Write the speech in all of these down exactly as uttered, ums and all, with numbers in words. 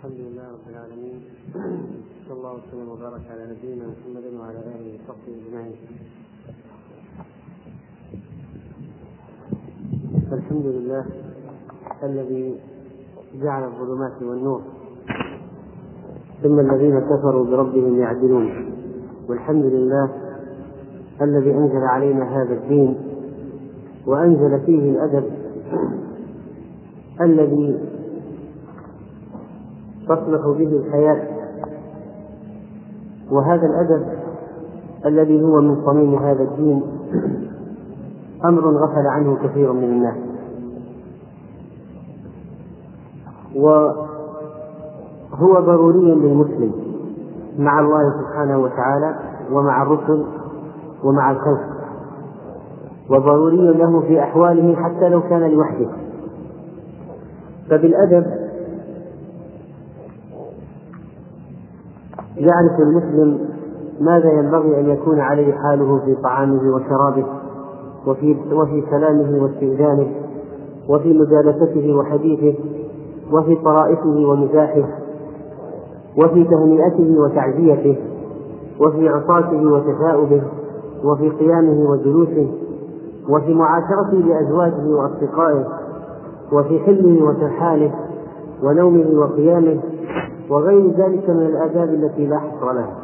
الحمد لله رب العالمين، صلى الله وسلم وبارك على نبينا محمد وعلى اله وصحبه اجمعين. الحمد لله الذي جعل الظلمات والنور، ثم الذين كفروا بربهم يعدلون. والحمد لله الذي انزل علينا هذا الدين وانزل فيه الادب الذي تصلح به الحياة، وهذا الأدب الذي هو من صميم هذا الدين أمر غفل عنه كثير من الناس، وهو ضروري للمسلم مع الله سبحانه وتعالى ومع الرسل ومع الخلق، وضروري له في أحواله حتى لو كان لوحده. فبالأدب يعرف المسلم ماذا ينبغي أن يكون عليه حاله في طعامه وشرابه، وفي, وفي كلامه واستئذانه، وفي مجالسته وحديثه، وفي طرائفه ومزاحه، وفي تهنئته وتعزيته، وفي عصاته وتثاؤبه، وفي قيامه وجلوسه، وفي معاشرته لأزواجه وأصدقائه، وفي حلمه وترحاله، ونومه وقيامه، وغير ذلك من الآداب التي لا حصر لها.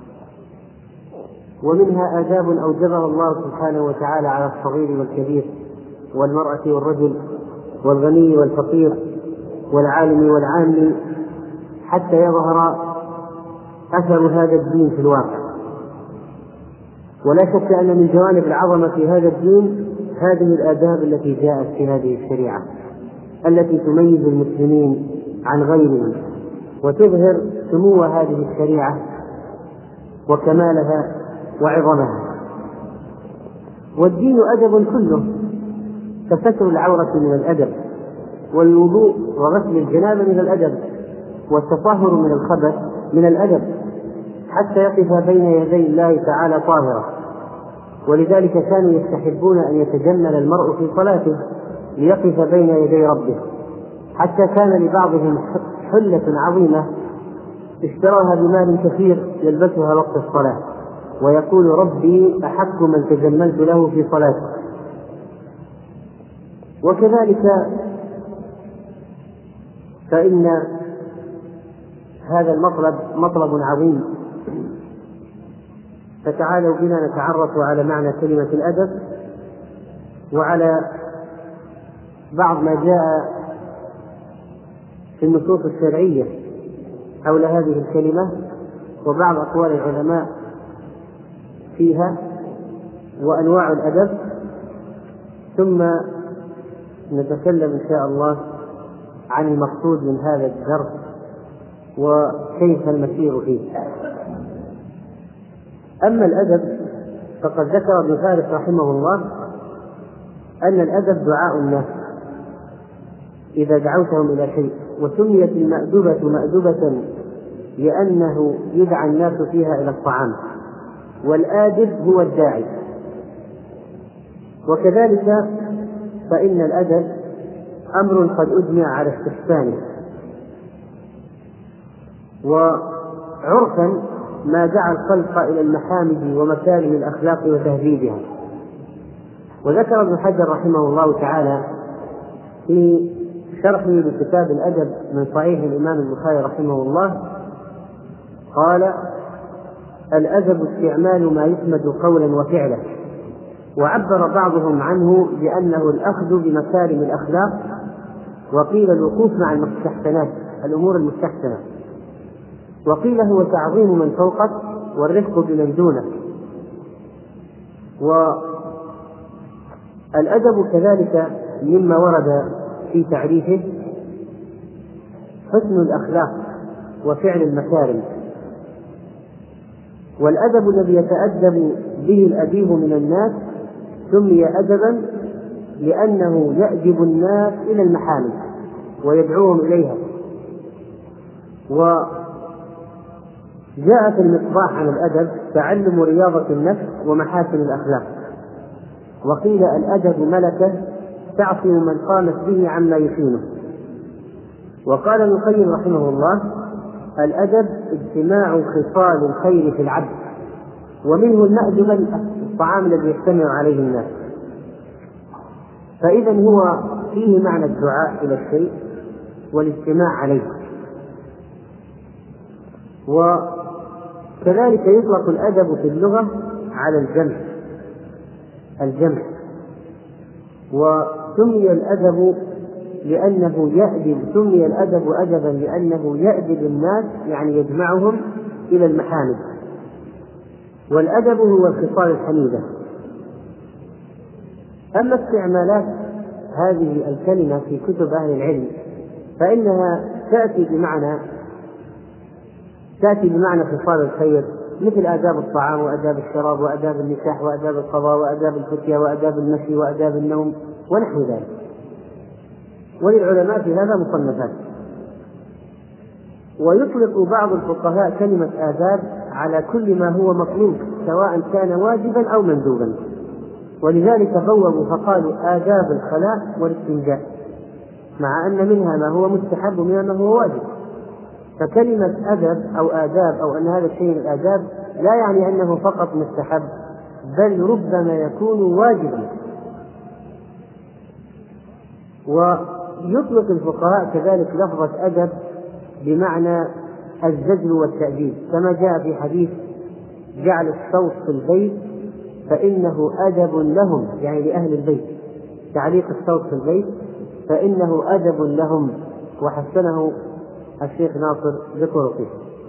ومنها آداب أوجبها الله سبحانه وتعالى على الصغير والكبير، والمرأة والرجل، والغني والفقير، والعالم والعامي، حتى يظهر أثر هذا الدين في الواقع. ولا شك أن من جوانب العظمة في هذا الدين هذه الآداب التي جاءت في هذه الشريعة، التي تميز المسلمين عن غيرهم وتظهر سمو هذه الشريعة وكمالها وعظمها. والدين أدب كله، فستر العورة من الأدب، والوضوء وغسل الجنابة من الأدب، والتطهر من الخبث من الأدب، حتى يقف بين يدي الله تعالى طاهرا. ولذلك كانوا يستحبون أن يتجمل المرء في صلاته ليقف بين يدي ربه، حتى كان لبعضهم حلة عظيمة اشتراها بمال كثير يلبسها وقت الصلاة، ويقول ربي أحق من تجملت له في صلاته. وكذلك فإن هذا المطلب مطلب عظيم، فتعالوا بنا نتعرف على معنى كلمة الأدب، وعلى بعض ما جاء في النصوص الشرعية حول هذه الكلمة، وبعض أقوال العلماء فيها، وأنواع الأدب، ثم نتكلم إن شاء الله عن المقصود من هذا الدرس وكيف المسير فيه. أما الأدب فقد ذكر ابن فارس رحمه الله أن الأدب دعاء الناس إذا دعوتهم إلى شيء، وسميت المأدبة مأدبة لأنه يدعى الناس فيها إلى الطعام، والآدب هو الداعي. وكذلك فإن الأدب أمر قد أجمع على استحسانه، وعرفا ما دعا الخلق إلى المحامد ومكارم الأخلاق وتهذيبها. وذكر ابن حجر رحمه الله تعالى في شرحه لكتاب الأدب من صحيح الإمام البخاري رحمه الله قال: الأدب استعمال ما يحمد قولا وفعلا. وعبر بعضهم عنه بأنه الأخذ بمكارم الأخلاق، وقيل الوقوف مع المستحسنات الأمور المستحسنة، وقيل هو تعظيم من فوقك والرفق بمن دونك. والأدب كذلك مما ورد في تعريفه حسن الأخلاق وفعل المكارم. والأدب الذي يتأدب به الأديب من الناس سمي أدبا لأنه يأدب الناس إلى المحامد ويدعوهم إليها. وجاء في المصباح عن الأدب تعلم رياضة النفس ومحاسن الأخلاق. وقيل الأدب ملكة تعصم من قامت به عما يحينه. وقال ابن القيم رحمه الله: الأدب اجتماع خصال الخير في العبد، ومنه المأدب الطعام الذي يجتمع عليه الناس. فإذا هو فيه معنى الدعاء إلى الشيء والاجتماع عليه. وكذلك يطلق الأدب في اللغة على الجمع الجمع وسمي الأدب لأنه يأدب سمي الأدب أدبا لأنه يأدب الناس، يعني يجمعهم إلى المحامد. والأدب هو الخصال الحميدة. أما استعمالات هذه الكلمة في كتب أهل العلم فإنها تأتي بمعنى تأتي بمعنى خصال الخير، مثل آداب الطعام وآداب الشراب وآداب النكاح وآداب القضاء وآداب الفتية وآداب المشي وآداب النوم ونحو ذلك. وللعلماء في هذا مصنفات. ويطلق بعض الفقهاء كلمة آداب على كل ما هو مطلوب سواء كان واجبا أو مندوبا، ولذلك بوّبوا فقالوا آداب الخلاء والاستنجاء، مع أن منها ما هو مستحب ومنها ما هو واجب. فكلمة أدب أو آداب أو أن هذا الشيء من الآداب لا يعني أنه فقط مستحب، بل ربما يكون واجبا. ويطلق الفقهاء كذلك لفظة أدب بمعنى الزجر والتأديب، كما جاء في حديث جعل الصوت في البيت فإنه أدب لهم، يعني لأهل البيت، تعليق الصوت في البيت فإنه أدب لهم، وحسنه الشيخ ناصر بطرقه.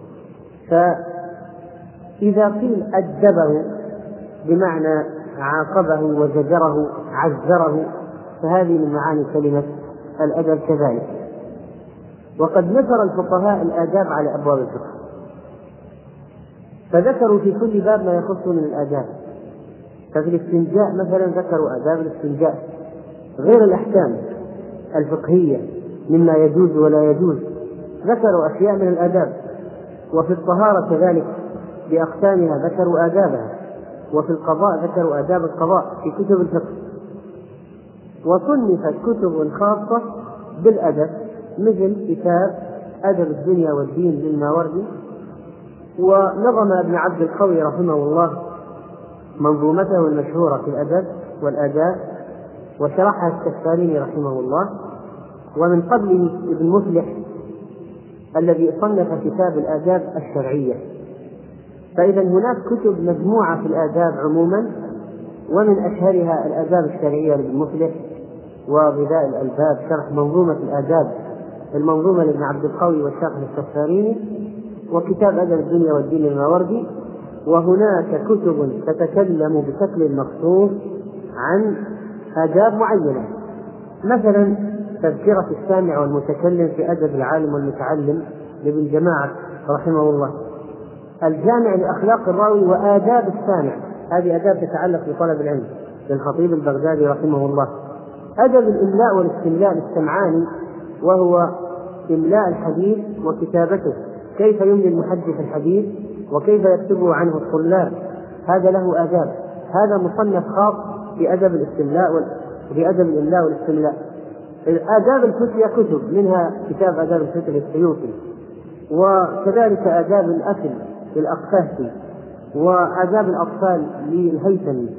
فإذا قيل أدبه بمعنى عاقبه وزجره عزره، فهذه من معاني كلمة الأدب كذلك. وقد نشر الفقهاء الآداب على أبواب الفقه، فذكروا في كل باب ما يخص من الآداب. ففي الاستنجاء مثلا ذكروا آداب الاستنجاء غير الأحكام الفقهية مما يجوز ولا يجوز، ذكروا أشياء من الآداب. وفي الطهارة كذلك بأقسامها ذكروا آدابها. وفي القضاء ذكروا آداب القضاء في كتب الفقه. وصنفت كتب خاصة بالأدب مثل كتاب أدب الدنيا والدين للماوردي. ونظم ابن عبد القوي رحمه الله منظومته المشهورة في الأدب والآداب، وشرحها السفاريني رحمه الله. ومن قبله ابن مفلح الذي صنف كتاب الآداب الشرعية. فإذا هناك كتب مجموعة في الآداب عموما، ومن أشهرها الآداب الشرعية لابن مفلح، وغذاء الألباب شرح منظومة الآداب المنظومة لابن عبد القوي والشرح السفاريني، وكتاب أدب الدنيا والدين للماوردي. وهناك كتب تتكلم بشكل مخصوص عن آداب معينة، مثلا تذكرة السامع والمتكلم في أدب العالم والمتعلم لابن جماعة رحمه الله، الجامع لأخلاق الراوي وآداب السامع، هذه آداب تتعلق بطلب العلم للخطيب البغدادي رحمه الله. أدب الإملاء والاستملاء للسمعاني، وهو إملاء الحديث وكتابته، كيف يملي المحدث الحديث وكيف يكتبه عنه الطلاب، هذا له آداب. هذا مصنف خاص في أدب الاستملاء وفي أدب الإملاء والاستملاء. آداب الفتية كتب، منها كتاب آداب الفتية للسيوطي، وكذلك آداب الأكل للأقفاهي، وآداب الأطفال للهيثمي،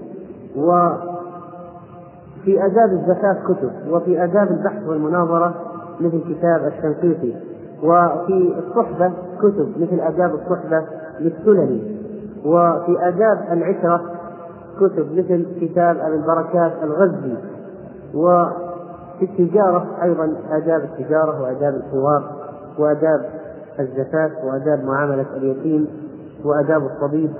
وفي آداب الزكاة كتب، وفي آداب البحث والمناظرة مثل كتاب الشنقيطي، وفي الصحبة كتب مثل آداب الصحبة للسلمي، وفي آداب العشرة كتب مثل كتاب أبي البركات الغزي، وفي التجارة أيضا آداب التجارة وآداب الحوار وآداب الزكاة وآداب معاملة اليتيم وآداب الطبيب.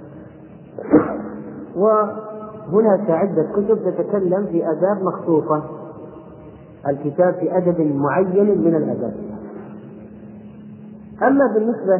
وهناك عدة كتب تتكلم في آداب مخصوصة، الكتاب في أدب معين من الآداب. أما بالنسبة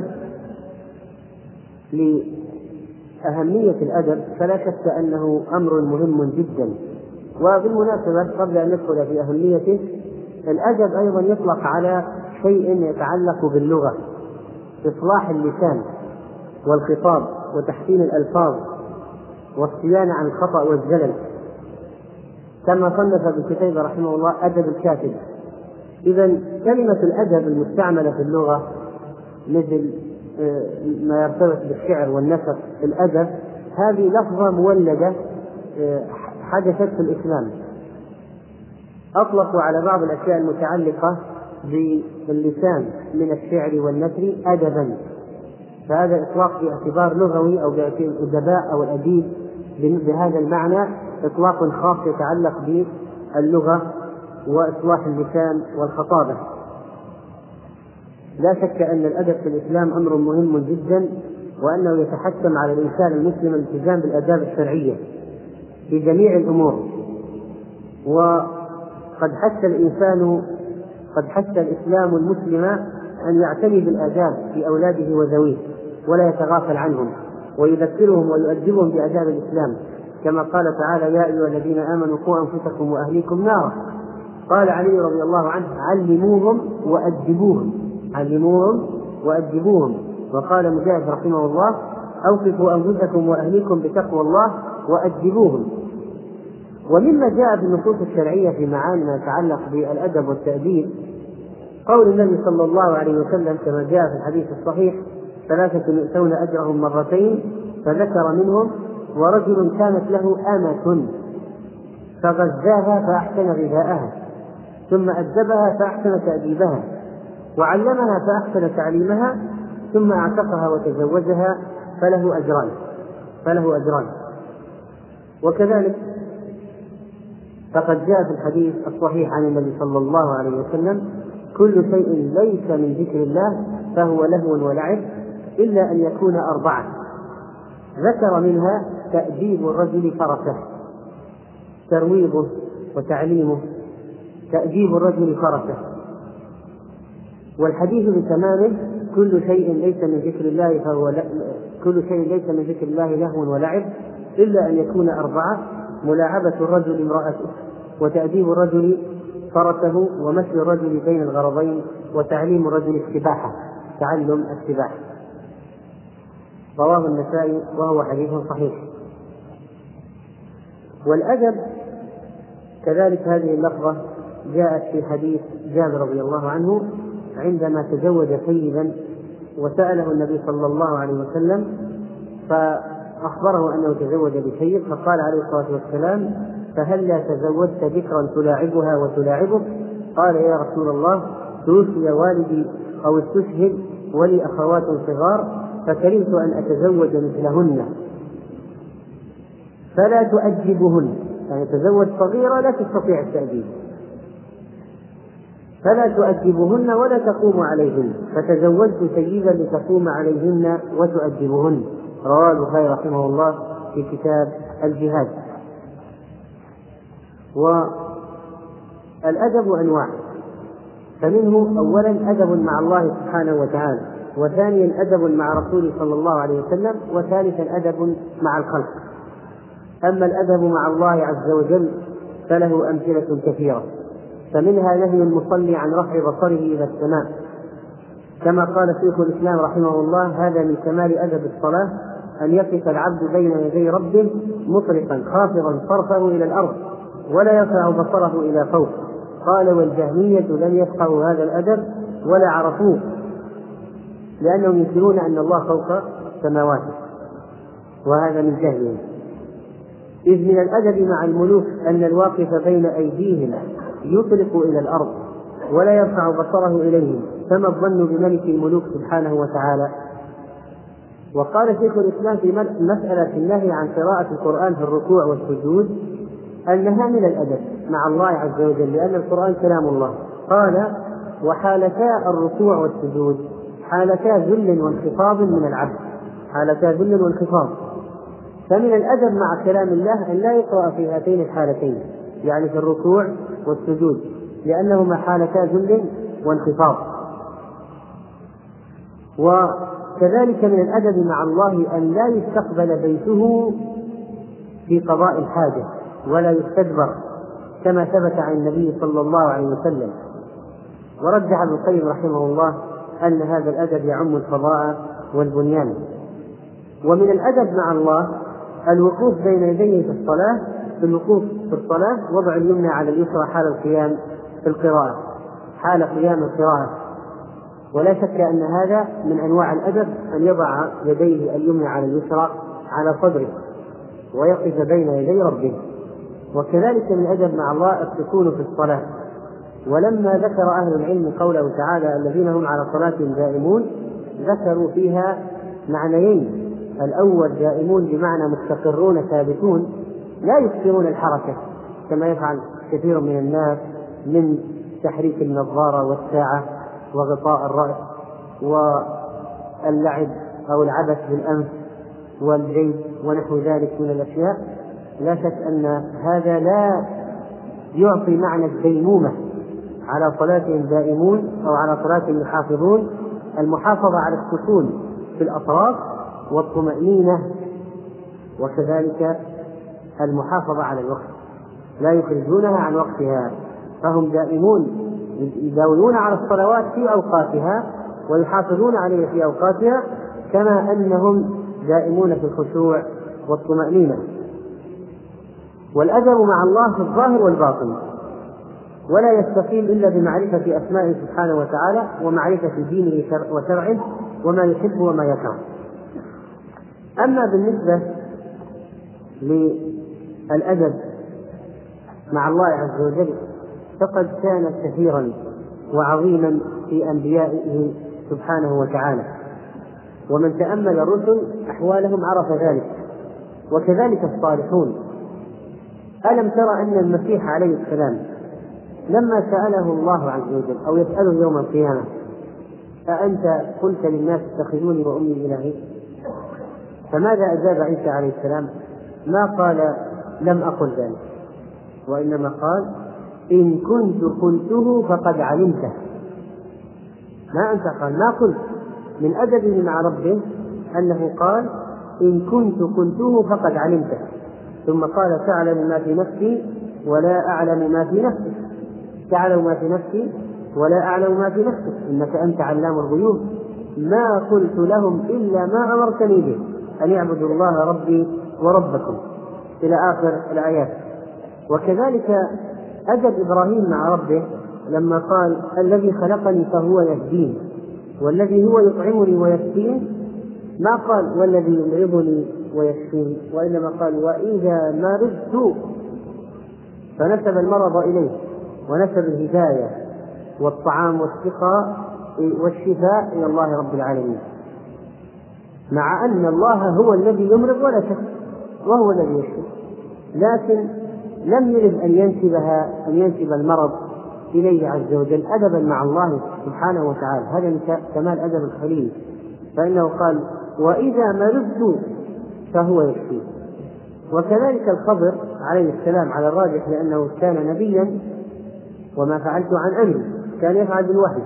لأهمية الأدب فلا شك أنه أمر مهم جدا. وبالمناسبة قبل أن ندخل في أهميته، الأدب أيضا يطلق على شيء يتعلق باللغة، إصلاح اللسان والخطاب وتحسين الألفاظ والصيانة عن الخطأ والزلل، كما صنف ابن كتيبة رحمه الله أدب الكاتب، إذا كلمة الأدب المستعملة في اللغة مثل ما يرتبط بالشعر والنثر، الأدب هذه لفظة مولدة حدثت في الإسلام، أطلقوا على بعض الأشياء المتعلقة باللسان من الشعر والنثر أدبا، فهذا إطلاق باعتبار لغوي أو باعتبار الأدباء أو الأديب بهذا المعنى إطلاق خاص يتعلق باللغة وإصلاح اللسان والخطابة. لا شك أن الأدب في الإسلام أمر مهم جدا، وأنه يتحتم على الإنسان المسلم الالتزام بالآداب الشرعية في جميع الأمور. وقد حث الإنسان قد حث الإسلام المسلم أن يعتني بالآداب في أولاده وذويه ولا يتغافل عنهم، ويذكرهم ويؤدبهم بآداب الإسلام، كما قال تعالى: يا أيها الذين آمنوا قوا أنفسكم وأهليكم نارا. قال علي رضي الله عنه: علموهم وأدبوهم، علموهم وأدبوهم. وقال مجاهد رحمه الله: أوقفوا أنفسكم وأهليكم بتقوى الله وأدبوهم. ومما جاء في النصوص الشرعية في معاني ما يتعلق بالأدب والتأديب قول النبي صلى الله عليه وسلم كما جاء في الحديث الصحيح: ثلاثة يؤتون أجرهم مرتين، فذكر منهم: ورجل كانت له أمة فغذاها فأحسن غذاءها، ثم أدبها فأحسن تأديبها، وعلمها فأحسن تعليمها، ثم أعتقها وتزوجها، فله أجران فله أجران. وكذلك فقد جاء في الحديث الصحيح عن النبي صلى الله عليه وسلم: كل شيء ليس من ذكر الله فهو لهو ولعب إلا أن يكون أربعة، ذكر منها تأديب الرجل فرسه، ترويضه وتعليمه، تأديب الرجل فرسه. والحديث بتمامه: كل شيء ليس من ذكر الله فهو ل... كل شيء ليس من ذكر الله لهو ولعب إلا أن يكون أربعة: ملاعبة الرجل امرأته، وتأديب الرجل فرسه، ومشي الرجل بين الغرضين، وتعليم الرجل السباحة، تعلم السباحة. رواه النسائي وهو حديث صحيح. والأدب كذلك هذه اللفظة جاءت في حديث جابر رضي الله عنه عندما تزوج سيدا وسأله النبي صلى الله عليه وسلم فأخبره أنه تزوج بسيد، فقال عليه الصلاة والسلام: فهلا تزوجت بكرا تلاعبها وتلاعبك؟ قال: يا رسول الله، توفي والدي أو استشهد ولي أخوات صغار فكرهت أن أتزوج مثلهن فلا تؤدبهن، يعني تزوج صغيرة لا تستطيع التأديب، فلا تؤدبهن ولا تقوم عليهن، فتزوجت سيدا لتقوم عليهن وتؤدبهن. رواه البخاري رحمه الله في كتاب الجهاد. والأدب أنواع، فمنه أولا أدب مع الله سبحانه وتعالى، وثانيا أدب مع رسوله صلى الله عليه وسلم، وثالثا أدب مع الخلق. أما الأدب مع الله عز وجل فله أمثلة كثيرة، فمنها نهي المصلي عن رفع بصره إلى السماء، كما قال شيخ الإسلام رحمه الله: هذا من كمال أدب الصلاة أن يقف العبد بين يدي ربه مطرقا خافضا طرفه إلى الأرض ولا يرفع بصره إلى فوق. قال: والجهمية لم يفقهوا هذا الأدب ولا عرفوه، لأنهم ينكرون أن الله فوق سماواته، وهذا من جهلهم. إذ من الأدب مع الملوك أن الواقف بين أيديهم يطلق إلى الأرض ولا يرفع بصره إليهم، فما الظن بملك الملوك سبحانه وتعالى؟ وقال شيخ الإسلام في مسألة النهي عن قراءة القرآن في الركوع والسجود أنها من الأدب مع الله عز وجل، لأن القرآن كلام الله. قال: وحالتا الركوع والسجود حالتا ذل وانخفاض من العبد، حالتا ذل وانخفاض، فمن الأدب مع كلام الله أن لا يقرأ في هاتين الحالتين، يعني في الركوع والسجود، لأنهما حالتا ذل وانخفاض. وكذلك من الأدب مع الله أن لا يستقبل بيته في قضاء الحاجة ولا يستدبر، كما ثبت عن النبي صلى الله عليه وسلم. ورجح ابن القيم رحمه الله أن هذا الأدب يعم الفضاء والبنيان. ومن الأدب مع الله الوقوف بين يديه في الصلاة، في الوقوف في الصلاة وضع اليمنى على اليسرى حال القيام في القراءة، حال قيام القراءة. ولا شك أن هذا من أنواع الأدب، أن يضع يديه اليمنى على اليسرى على صدره ويقف بين يدي ربه. وكذلك من الأدب مع الله السكون في الصلاة. ولما ذكر أهل العلم قوله تعالى الذين هم على صلاتهم دائمون، ذكروا فيها معنيين: الأول دائمون بمعنى مستقرون ثابتون لا يكثرون الحركة كما يفعل كثير من الناس من تحريك النظارة والساعة وغطاء الرأس واللعب أو العبث بالأنف والجيب ونحو ذلك من الأشياء. لا شك أن هذا لا يعطي معنى الديمومة. على صلاتهم دائمون أو على صلاتهم يحافظون، المحافظة على السكون في الأطراف والطمأنينة، وكذلك المحافظة على الوقت، لا يخرجونها عن وقتها، فهم دائمون يداومون على الصلوات في أوقاتها ويحافظون عليها في أوقاتها، كما أنهم دائمون في الخشوع والطمأنينة. والأدب مع الله في الظاهر والباطن، ولا يستقيم إلا بمعرفة أسمائه سبحانه وتعالى ومعرفة دينه وشرعه وما يحب وما يكره. أما بالنسبة للأدب مع الله عز وجل فقد كان كثيرا وعظيما في أنبيائه سبحانه وتعالى، ومن تأمل الرسل أحوالهم عرف ذلك، وكذلك الصالحون. ألم ترى أن المسيح عليه السلام لما سأله الله عز وجل أو يسأله يوم القيامة: أأنت قلت للناس اتخذوني وأمي إلهي؟ فماذا أجاب عيسى عليه السلام؟ ما قال لم أقل ذلك، وإنما قال: إن كنت قلته فقد علمته. ما أنت قال ما قلت. من أدبه مع ربه أنه قال: إن كنت قلته فقد علمته. ثم قال: تعلم ما في نفسي ولا أعلم ما في نفسك. تعلم ما في نفسي ولا أعلم ما في نفسك إنك أنت علام الغيوب. ما قلت لهم إلا ما أمرتني به، أن يعبدوا الله ربي وربكم، إلى آخر الآيات. وكذلك أدب إبراهيم مع ربه لما قال: الذي خلقني فهو يهدين والذي هو يطعمني ويسقين. ما قال والذي يمرضني ويشفين، وإنما قال: وإذا مرضت. فنسب المرض إليه ونسب الهداية والطعام والسقاء والشفاء إلى الله رب العالمين، مع أن الله هو الذي يمرض ولا شك وهو الذي يشفي، لكن لم يرد أن ينسبها أن ينسب المرض إليه عز وجل أدبا مع الله سبحانه وتعالى. هذا من كمال أدب الخليل، فإنه قال: وإذا مرضت فهو يشفي. وكذلك الخضر عليه السلام على الراجح لأنه كان نبيا وما فعلت عن أمري، كان يفعل بالوحي،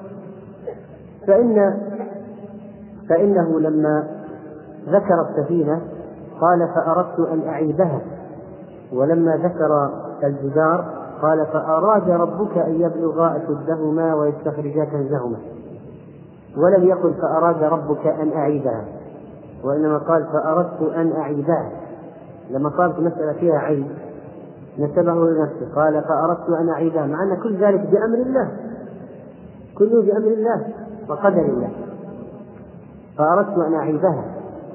فإن فإنه لما ذكر السفينة قال: فأردت أن أعيدها. ولما ذكر الجدار قال: فأراد ربك أن يبلغا أشدهما ويستخرجا كنزهما. ولم يقل: فأراد ربك أن أعيدها، وإنما قال: فأردت أن أعيدها. لما صارت مسألة فيها عيد نسبه لنفسه، قال: فأردت أن أعيدها، مع أن كل ذلك بأمر الله، كله بأمر الله وقدر الله. فأردت أن أعيدها.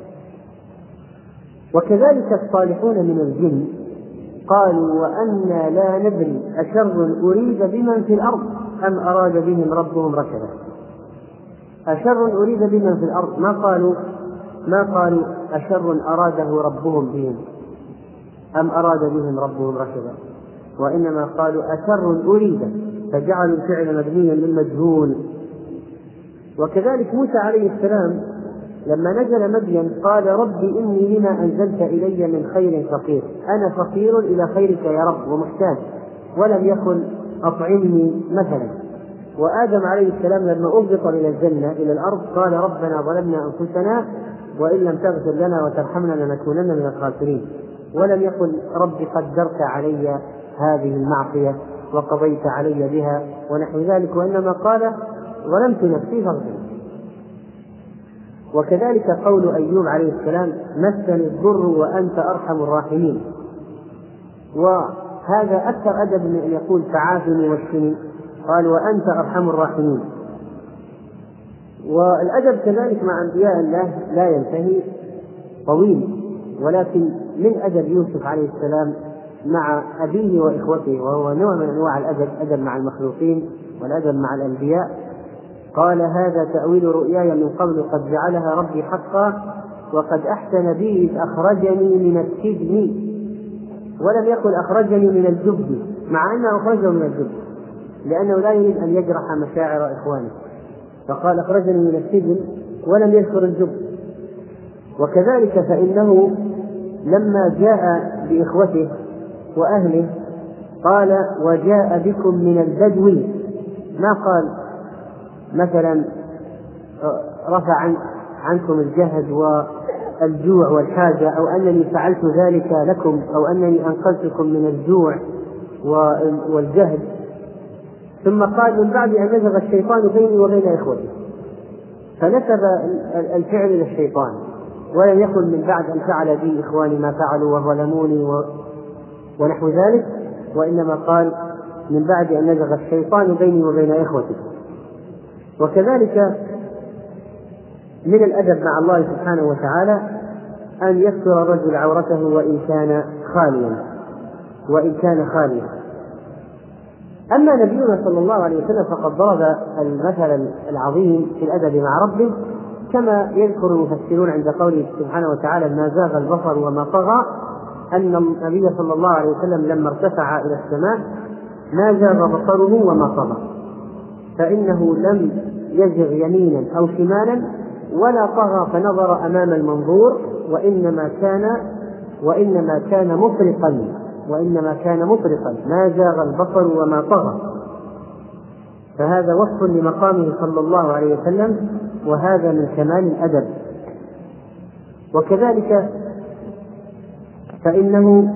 وكذلك الصالحون من الجن قالوا: وأنا لا ندري أشر أريد بمن في الأرض أم أراد بهم ربهم رشدا. أشر أريد بمن في الأرض، ما قالوا ما قالوا أشر أراده ربهم بهم أم أراد بهم ربهم رشدا، وإنما قالوا أشر أريد، فجعلوا الفعل مبنيا للمجهول. وكذلك موسى عليه السلام لما نزل مدين قال: ربي إني لما أنزلت إلي من خير فقير، أنا فقير إلى خيرك يا رب ومحتاج، ولم يكن أطعمني مثلا. وآدم عليه السلام لما أهبط إلى الجنة إلى الأرض قال: ربنا ظلمنا أنفسنا وإن لم تغفر لنا وترحمنا لنكونن من الخاسرين. ولم يقل: ربي قدرت علي هذه المعصية وقضيت علي بها ونحو ذلك، وإنما قال: ظلمت نفسي فاغفر. وكذلك قول أيوب عليه السلام: مسني الضر وأنت أرحم الراحمين. وهذا أكثر أدب من أن يقول: تعافني واشفني قال وأنت أرحم الراحمين. والأدب كذلك مع أنبياء الله لا ينتهي، طويل، ولكن من أدب يوسف عليه السلام مع أبيه وإخوته، وهو نوع من أنواع الأدب، أدب مع المخلوقين والأدب مع الأنبياء. قال هذا تأويل رؤياي من قبل قد جعلها ربي حقا وقد أحسن بي إذ أخرجني من السجن، ولم يقل أخرجني من الجب، مع أنه أخرجه من الجب لأنه لا يريد أن يجرح مشاعر إخوانه، فقال أخرجني من السجن ولم يذكر الجب. وكذلك فإنه لما جاء بإخوته وأهله قال وجاء بكم من البدو، ما قال مثلا رفع عن عنكم الجهد والجوع والحاجة، أو أنني فعلت ذلك لكم، أو أنني أنقذتكم من الجوع والجهد. ثم قال من بعد أن نزغ الشيطان بيني وبين إخوتي، فنسب الفعل إلى الشيطان، ولم يقل من بعد أن فعل بي إخواني ما فعلوا وظلموني ونحو ذلك، وإنما قال من بعد أن نزغ الشيطان بيني وبين إخوتي. وكذلك من الأدب مع الله سبحانه وتعالى أن يستر الرجل عورته وإن كان خاليا وإن كان خاليا. أما نبينا صلى الله عليه وسلم فقد ضرب المثل العظيم في الأدب مع ربه، كما يذكر المفسرون عند قوله سبحانه وتعالى ما زاغ البصر وما طغى، أن النبي صلى الله عليه وسلم لما ارتفع إلى السماء ما زاغ بصره وما طغى، فإنه لم يزغ يمينا أو شمالا ولا طغى فنظر أمام المنظور، وإنما كان وإنما كان مطرقا وإنما كان مطرقا ما زاغ البصر وما طغى. فهذا وصف لمقامه صلى الله عليه وسلم، وهذا من كمال الأدب. وكذلك فإنه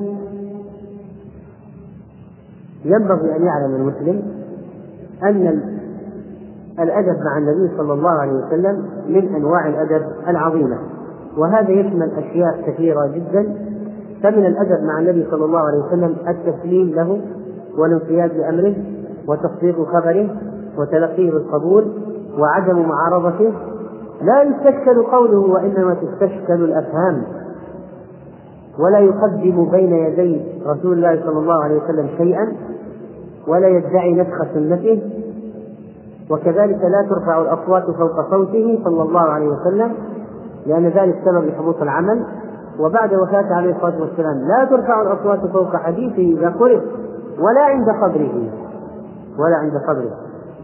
ينبغي أن يعلم المسلم أن الأدب مع النبي صلى الله عليه وسلم من أنواع الأدب العظيمة، وهذا يشمل أشياء كثيرة جدا. فمن الأدب مع النبي صلى الله عليه وسلم التسليم له والانقياد لأمره وتصديق خبره وتلقيه بالقبول وعدم معارضته. لا يستشكل قوله وإنما تستشكل الأفهام، ولا يقدم بين يدي رسول الله صلى الله عليه وسلم شيئا، ولا يدعي نسخ سنته. وكذلك لا ترفع الأصوات فوق صوته صلى الله عليه وسلم، لأن ذلك سبب لحبوط العمل. وبعد وفاته عليه الصلاة والسلام لا ترفع الأصوات فوق حديثه إذا قرئ ولا عند قبره ولا عند قبره.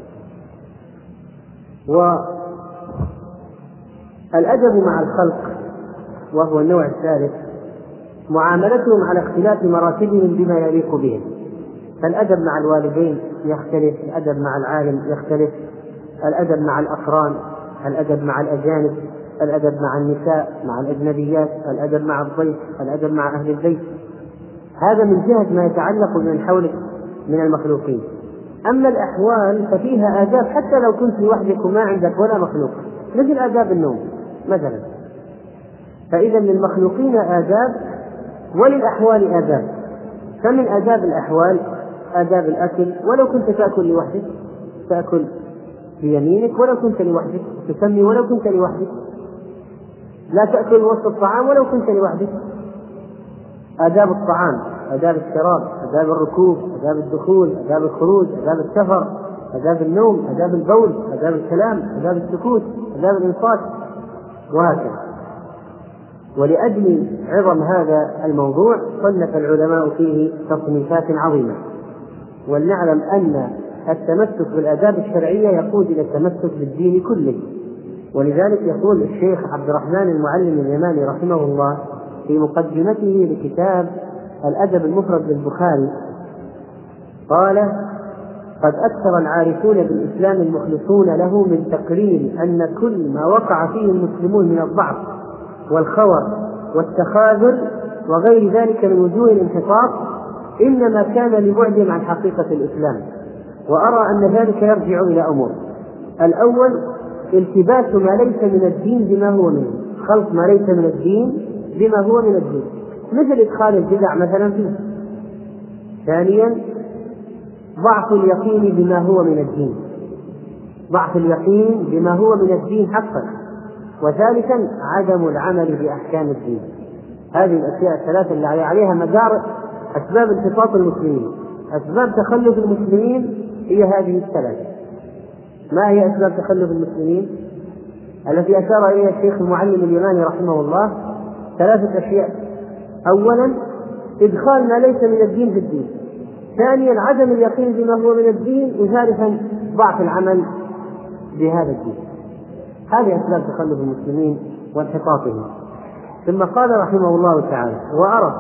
والأدب مع الخلق وهو النوع الثالث معاملتهم على اختلاف مراتبهم بما يليق بهم. فالأدب مع الوالدين يختلف، الأدب مع العالم يختلف، الأدب مع الأقران، الأدب مع الأجانب، الأدب مع النساء، مع الأجنبيات، الأدب مع الضيف، الأدب مع أهل البيت. هذا من جهة ما يتعلق بمن حولك من المخلوقين. أما الأحوال ففيها آداب حتى لو كنت لوحدك وما عندك ولا مخلوق، مثل آداب النوم مثلا. فإذا للمخلوقين آداب وللأحوال آداب. فمن آداب الأحوال آداب الأكل، ولو كنت تأكل لوحدك تأكل بيمينك، ولو كنت لوحدك تسمي ولو كنت لوحدك، لا تأكل وسط الطعام ولو كنت لوحدك. آداب الطعام، آداب الشراب، آداب الركوب، آداب الدخول، آداب الخروج، آداب السفر، آداب النوم، آداب البول، آداب الكلام، آداب السكوت، آداب الإنصات، وهكذا. ولأجل عظم هذا الموضوع صنف العلماء فيه تصنيفات عظيمة. ولنعلم أن التمسك بالآداب الشرعية يقود إلى التمسك بالدين كله. ولذلك يقول الشيخ عبد الرحمن المعلم اليماني رحمه الله في مقدمته لكتاب الأدب المفرد للبخاري قال قد أكثر العارفون بالإسلام المخلصون له من تقرير أن كل ما وقع فيه المسلمون من الضعف والخور والتخاذل وغير ذلك من وجوه الانحطاط إنما كان لبعدهم عن حقيقة الإسلام. وأرى أن ذلك يرجع إلى أمور: الأول التباس ما ليس من الدين بما هو منه، خلط ما ليس من الدين بما هو من الدين، مثل إدخال البدع مثلا فيه. ثانيا ضعف اليقين بما هو من الدين، ضعف اليقين بما هو من الدين حقا. وثالثا عدم العمل بأحكام الدين. هذه الأشياء الثلاثة اللي عليها مدار أسباب انحطاط المسلمين، أسباب تخلف المسلمين هي هذه الثلاثة. ما هي أسباب تخلف المسلمين التي أشار إليها الشيخ المعلم اليماني رحمه الله؟ ثلاثة أشياء: أولا إدخال ما ليس من الدين في الدين، ثانيا عدم اليقين بما هو من الدين، وثالثا ضعف العمل بهذا الدين. هذه أسباب تخلف المسلمين وانحطاطهم. ثم قال رحمه الله تعالى: وأرى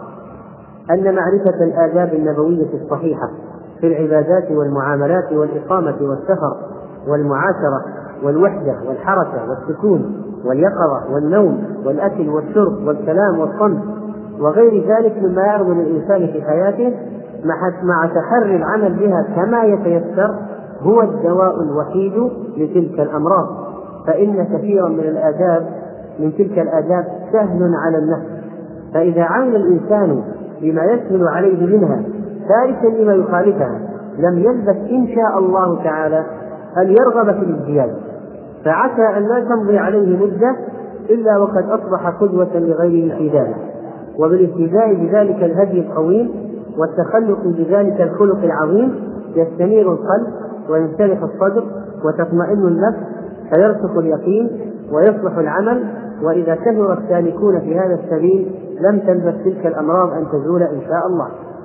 أن معرفة الآداب النبوية الصحيحة في العبادات والمعاملات والإقامة والسفر والمعاشرة والوحدة والحركة والسكون واليقظة والنوم والأكل والشرب والكلام والصمت وغير ذلك مما يعرض للإنسان في حياته مع تحري العمل بها كما يتيسر هو الدواء الوحيد لتلك الأمراض، فإن كثيرا من الآداب من تلك الآداب سهل على النفس، فإذا عمل الإنسان بما يسهل عليه منها تاركا لما يخالفها لم يلبث إن شاء الله تعالى أن يرغب في الازدياد، فعسى أن لا تمضي عليه مدة إلا وقد أصبح قدوة لغيره في ذلك. وبالاهتداء بذلك الهدي القويم والتخلق بذلك الخلق العظيم يستنير القلب وينشرح الصدر وتطمئن النفس فيرسخ اليقين ويصلح العمل، وإذا كثر السالكون في هذا السبيل لم تلبث تلك الأمراض أن تزول إن شاء الله.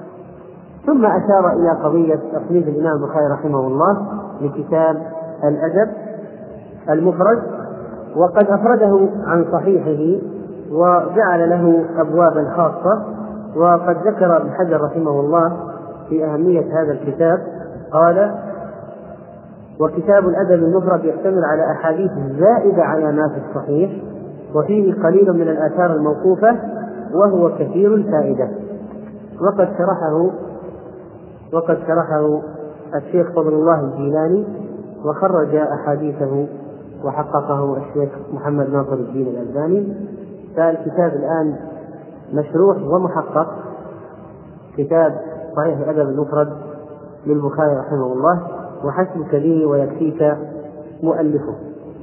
ثم أشار إلى قضية تصنيف الإمام البخاري رحمه الله لكتاب الأدب المفرد، وقد أفرده عن صحيحه وجعل له أبوابا خاصة. وقد ذكر ابن حجر رحمه الله في أهمية هذا الكتاب قال: وكتاب الأدب المفرد يشتمل على أحاديث زائدة على ما في الصحيح وفيه قليل من الآثار الموقوفة وهو كثير الفائدة. وقد شرحه وقد شرحه الشيخ فضل الله الجيلاني وخرج أحاديثه وحققه الشيخ محمد ناصر الدين الألباني. فالكتاب الآن مشروح ومحقق، كتاب صحيح الأدب المفرد للبخاري رحمه الله، وحسبك به ويكفيك مؤلفه.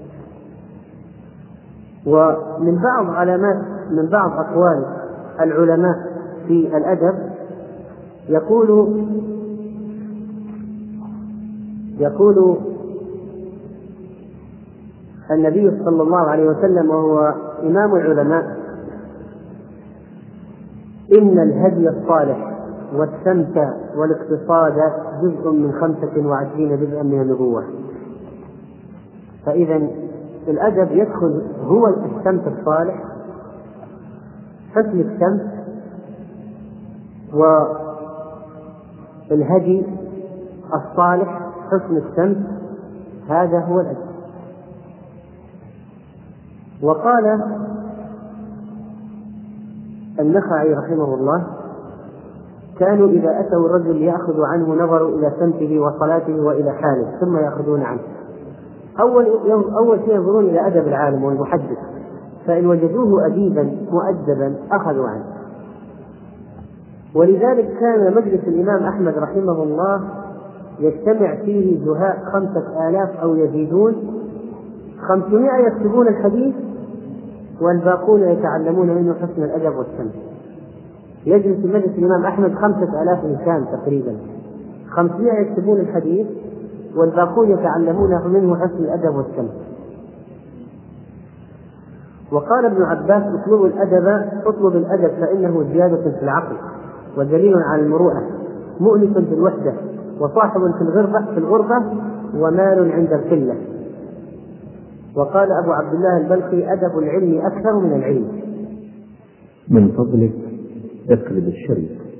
ومن بعض علامات من بعض أقوال العلماء في الأدب يقول يقول النبي صلى الله عليه وسلم وهو إمام العلماء: إن الهدي الصالح والسمت والاقتصاد جزء من خمسة وعشرين جزءا من النبوة. فإذا الأدب يدخل هو السمت الصالح، حسن السمت، والهدي الصالح حسن السمت، هذا هو الأدب. وقال النخعي رحمه الله: كانوا إذا أتوا الرجل يأخذ عنه نظروا إلى سمته وصلاته وإلى حاله ثم يأخذون عنه. أول, أول شيء ينظرون إلى أدب العالم والمحدث، فإن وجدوه أديبا مؤدبا أخذوا عنه. ولذلك كان مجلس الإمام أحمد رحمه الله يجتمع فيه زهاء خمسة آلاف أو يزيدون، خمسمائة يكتبون الحديث والباقون يتعلمون منه حسن الأدب والسمت. يجلس في مجلس الإمام أحمد خمسة آلاف إنسان تقريبا، خمسمائة يكتبون الحديث والباقون يتعلمون منه حسن الأدب والسمت. وقال ابن عباس: اطلبوا الأدب اطلب الأدب فإنه زيادة في العقل ودليل على المروءة، مؤنس في الوحدة، وصاحب في الغربة في الغربة ومال عند القلة. وقال أبو عبد الله البلخي: أدب العلم أكثر من العلم. من فضلك اقلب الشريط.